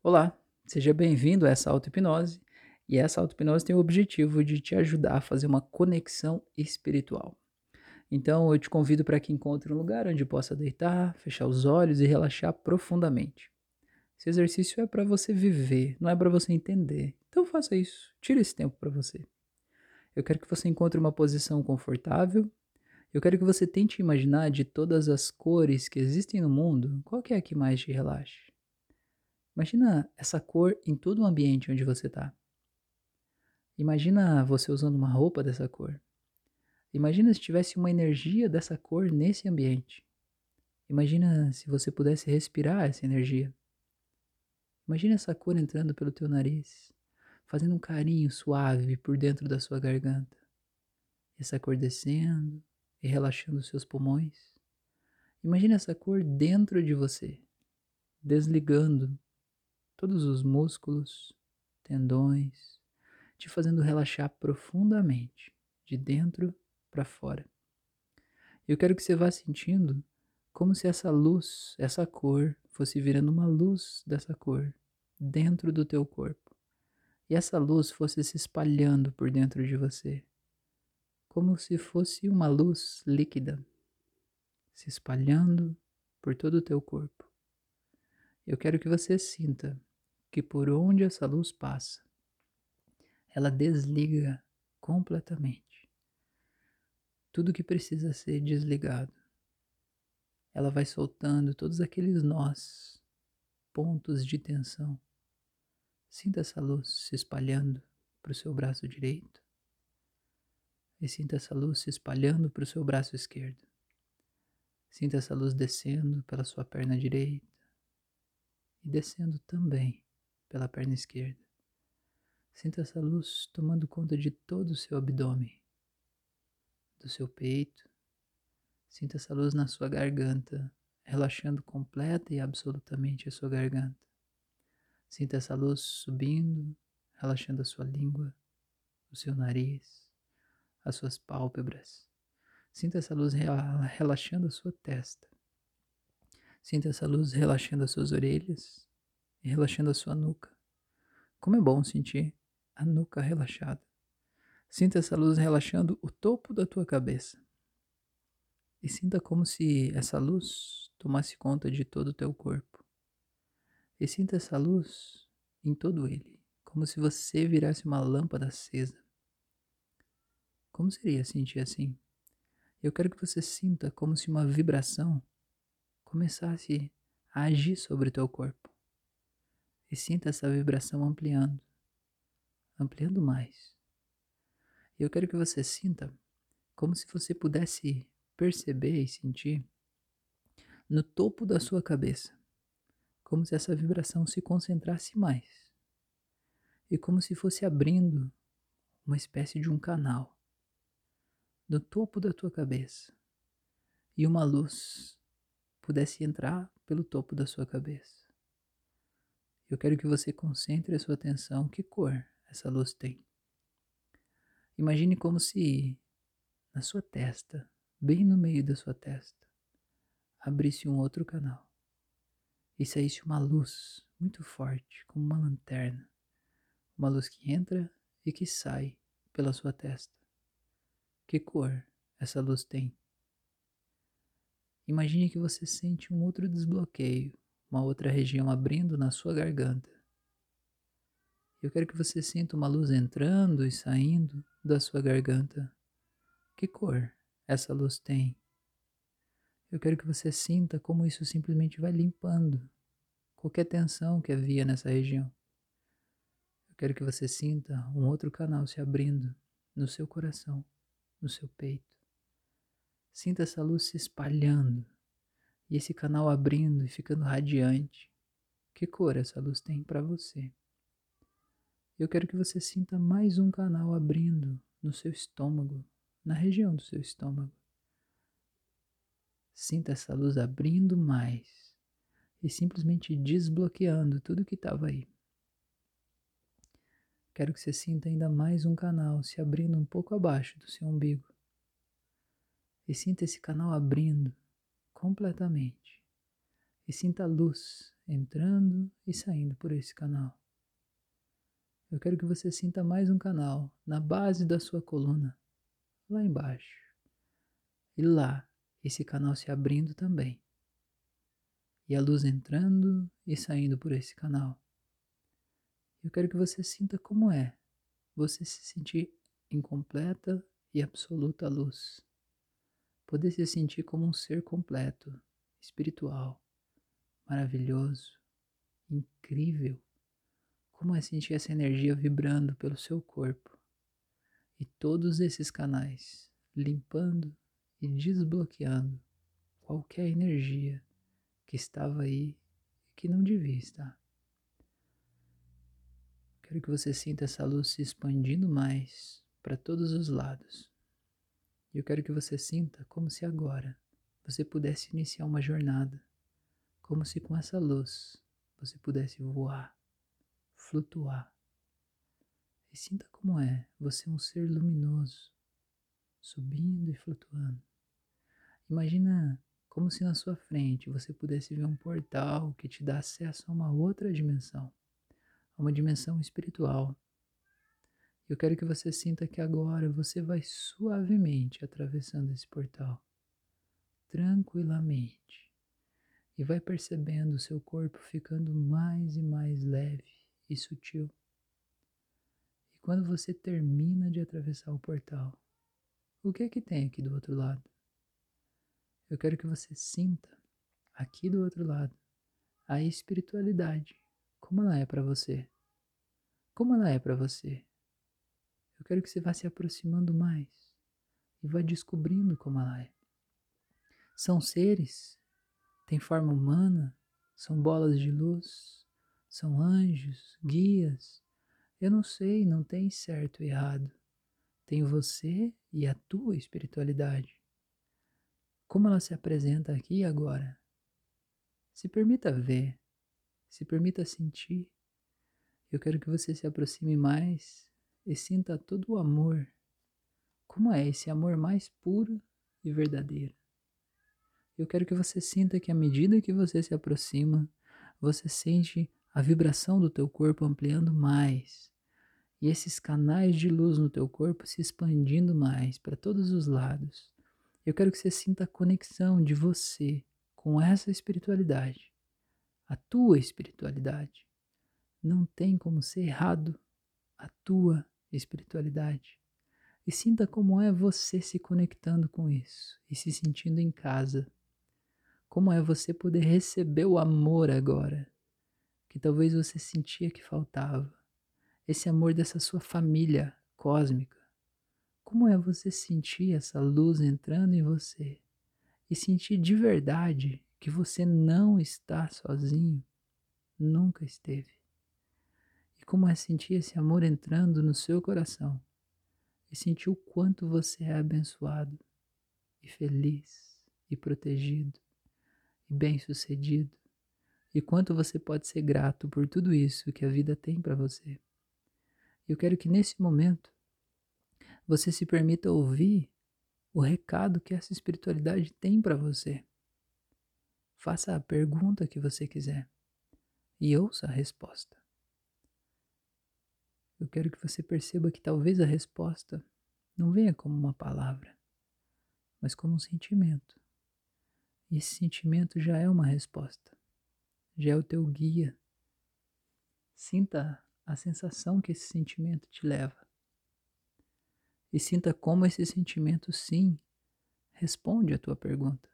Olá, seja bem-vindo a essa auto-hipnose. E essa auto-hipnose tem o objetivo de te ajudar a fazer uma conexão espiritual. Então, eu te convido para que encontre um lugar onde possa deitar, fechar os olhos e relaxar profundamente. Esse exercício é para você viver, não é para você entender. Então, faça isso. Tire esse tempo para você. Eu quero que você encontre uma posição confortável. Eu quero que você tente imaginar de todas as cores que existem no mundo, qual que é a que mais te relaxe? Imagina essa cor em todo o ambiente onde você está. Imagina você usando uma roupa dessa cor. Imagina se tivesse uma energia dessa cor nesse ambiente. Imagina se você pudesse respirar essa energia. Imagina essa cor entrando pelo teu nariz, fazendo um carinho suave por dentro da sua garganta. Essa cor descendo e relaxando os seus pulmões. Imagina essa cor dentro de você, desligando todos os músculos, tendões, te fazendo relaxar profundamente, de dentro para fora. Eu quero que você vá sentindo como se essa luz, essa cor, fosse virando uma luz dessa cor dentro do teu corpo. E essa luz fosse se espalhando por dentro de você, como se fosse uma luz líquida, se espalhando por todo o teu corpo. Eu quero que você sinta que por onde essa luz passa, ela desliga completamente tudo que precisa ser desligado. Ela vai soltando todos aqueles nós, pontos de tensão. Sinta essa luz se espalhando para o seu braço direito e sinta essa luz se espalhando para o seu braço esquerdo. Sinta essa luz descendo pela sua perna direita e descendo também pela perna esquerda. Sinta essa luz tomando conta de todo o seu abdômen, do seu peito. Sinta essa luz na sua garganta, relaxando completa e absolutamente a sua garganta. Sinta essa luz subindo, relaxando a sua língua, o seu nariz, as suas pálpebras. Sinta essa luz relaxando a sua testa. Sinta essa luz relaxando as suas orelhas e relaxando a sua nuca. Como é bom sentir a nuca relaxada. Sinta essa luz relaxando o topo da tua cabeça. E sinta como se essa luz tomasse conta de todo o teu corpo. E sinta essa luz em todo ele, como se você virasse uma lâmpada acesa. Como seria sentir assim? Eu quero que você sinta como se uma vibração começasse a agir sobre o teu corpo. E sinta essa vibração ampliando, ampliando mais. Eu quero que você sinta como se você pudesse perceber e sentir no topo da sua cabeça, como se essa vibração se concentrasse mais. E como se fosse abrindo uma espécie de um canal no topo da tua cabeça. E uma luz pudesse entrar pelo topo da sua cabeça. Eu quero que você concentre a sua atenção que cor essa luz tem. Imagine como se na sua testa, bem no meio da sua testa, abrisse um outro canal e saísse uma luz muito forte, como uma lanterna. Uma luz que entra e que sai pela sua testa. Que cor essa luz tem? Imagine que você sente um outro desbloqueio, uma outra região abrindo na sua garganta. Eu quero que você sinta uma luz entrando e saindo da sua garganta. Que cor essa luz tem? Eu quero que você sinta como isso simplesmente vai limpando qualquer tensão que havia nessa região. Eu quero que você sinta um outro canal se abrindo no seu coração, no seu peito. Sinta essa luz se espalhando e esse canal abrindo e ficando radiante. Que cor essa luz tem para você? Eu quero que você sinta mais um canal abrindo no seu estômago, na região do seu estômago. Sinta essa luz abrindo mais e simplesmente desbloqueando tudo que estava aí. Quero que você sinta ainda mais um canal se abrindo um pouco abaixo do seu umbigo. E sinta esse canal abrindo completamente. e sinta a luz entrando e saindo por esse canal. Eu quero que você sinta mais um canal na base da sua coluna, lá embaixo. E lá, esse canal se abrindo também. E a luz entrando e saindo por esse canal. Eu quero que você sinta como é você se sentir em completa e absoluta luz. Poder se sentir como um ser completo, espiritual, maravilhoso, incrível. Como é sentir essa energia vibrando pelo seu corpo e todos esses canais, limpando e desbloqueando qualquer energia que estava aí e que não devia estar. Quero que você sinta essa luz se expandindo mais para todos os lados. E eu quero que você sinta como se agora você pudesse iniciar uma jornada, como se com essa luz você pudesse voar, flutuar. E sinta como é você um ser luminoso, subindo e flutuando. Imagina como se na sua frente você pudesse ver um portal que te dá acesso a uma outra dimensão, a uma dimensão espiritual. Eu quero que você sinta que agora você vai suavemente atravessando esse portal, tranquilamente, e vai percebendo o seu corpo ficando mais e mais leve e sutil. E quando você termina de atravessar o portal, o que é que tem aqui do outro lado? Eu quero que você sinta aqui do outro lado a espiritualidade, como ela é para você. Como ela é para você. Eu quero que você vá se aproximando mais e vá descobrindo como ela é. São seres, têm forma humana, são bolas de luz, são anjos, guias. Eu não sei, não tem certo e errado. Tem você e a tua espiritualidade. Como ela se apresenta aqui e agora? Se permita ver, se permita sentir. Eu quero que você se aproxime mais e sinta todo o amor. Como é esse amor mais puro e verdadeiro? Eu quero que você sinta que à medida que você se aproxima, você sente a vibração do teu corpo ampliando mais. E esses canais de luz no teu corpo se expandindo mais para todos os lados. Eu quero que você sinta a conexão de você com essa espiritualidade, a tua espiritualidade. Não tem como ser errado a tua espiritualidade. E sinta como é você se conectando com isso e se sentindo em casa. Como é você poder receber o amor agora, que talvez você sentia que faltava. Esse amor dessa sua família cósmica. Como é você sentir essa luz entrando em você e sentir de verdade que você não está sozinho, nunca esteve. E como é sentir esse amor entrando no seu coração e sentir o quanto você é abençoado e feliz e protegido e bem-sucedido e quanto você pode ser grato por tudo isso que a vida tem para você. Eu quero que nesse momento você se permita ouvir o recado que essa espiritualidade tem para você. Faça a pergunta que você quiser e ouça a resposta. Eu quero que você perceba que talvez a resposta não venha como uma palavra, mas como um sentimento. E esse sentimento já é uma resposta, já é o teu guia. Sinta a sensação que esse sentimento te leva. E sinta como esse sentimento, sim, responde à tua pergunta.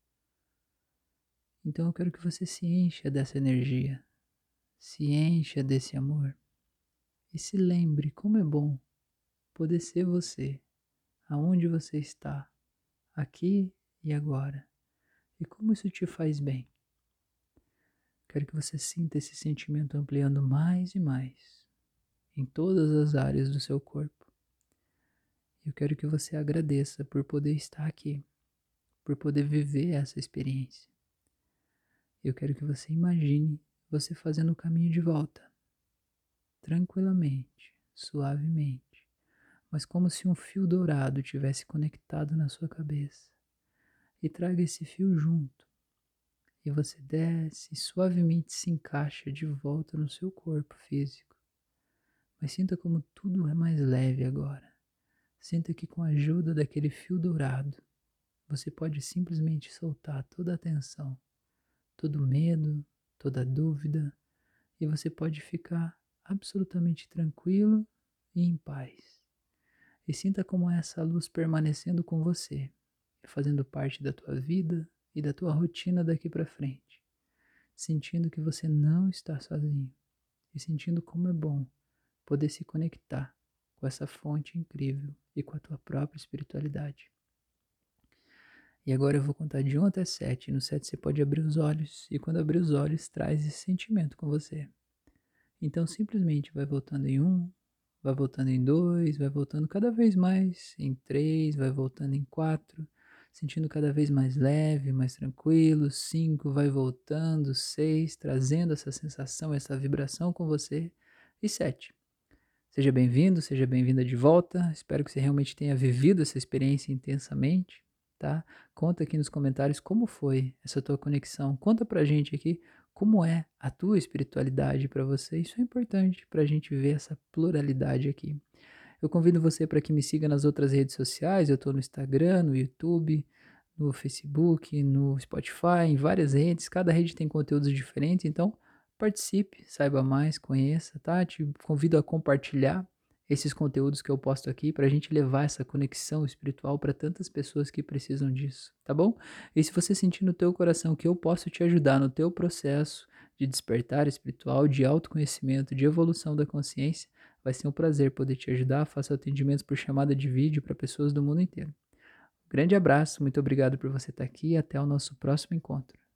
Então eu quero que você se encha dessa energia, se encha desse amor e se lembre como é bom poder ser você, aonde você está, aqui e agora, e como isso te faz bem. Quero que você sinta esse sentimento ampliando mais e mais em todas as áreas do seu corpo. Eu quero que você agradeça por poder estar aqui, por poder viver essa experiência. Eu quero que você imagine você fazendo o caminho de volta, tranquilamente, suavemente, mas como se um fio dourado tivesse conectado na sua cabeça. E traga esse fio junto e você desce e suavemente se encaixa de volta no seu corpo físico. Mas sinta como tudo é mais leve agora. Sinta que com a ajuda daquele fio dourado, você pode simplesmente soltar toda a tensão, todo o medo, toda a dúvida, e você pode ficar absolutamente tranquilo e em paz. E sinta como essa luz permanecendo com você, fazendo parte da tua vida e da tua rotina daqui para frente, sentindo que você não está sozinho e sentindo como é bom poder se conectar com essa fonte incrível e com a tua própria espiritualidade. E agora eu vou contar de 1 até 7. No 7 você pode abrir os olhos, e quando abrir os olhos, traz esse sentimento com você. Então simplesmente vai voltando em 1, vai voltando em 2, vai voltando cada vez mais em 3, vai voltando em 4, sentindo cada vez mais leve, mais tranquilo. 5, vai voltando, 6, trazendo essa sensação, essa vibração com você. E 7. Seja bem-vindo, seja bem-vinda de volta. Espero que você realmente tenha vivido essa experiência intensamente, tá? Conta aqui nos comentários como foi essa tua conexão. Conta pra gente aqui como é a tua espiritualidade para você. Isso é importante pra gente ver essa pluralidade aqui. Eu convido você para que me siga nas outras redes sociais. Eu estou no Instagram, no YouTube, no Facebook, no Spotify, em várias redes. Cada rede tem conteúdos diferentes, então participe, saiba mais, conheça, tá? Te convido a compartilhar esses conteúdos que eu posto aqui para a gente levar essa conexão espiritual para tantas pessoas que precisam disso, tá bom? E se você sentir no teu coração que eu posso te ajudar no teu processo de despertar espiritual, de autoconhecimento, de evolução da consciência, vai ser um prazer poder te ajudar. Faço atendimentos por chamada de vídeo para pessoas do mundo inteiro. Grande abraço, muito obrigado por você estar aqui e até o nosso próximo encontro.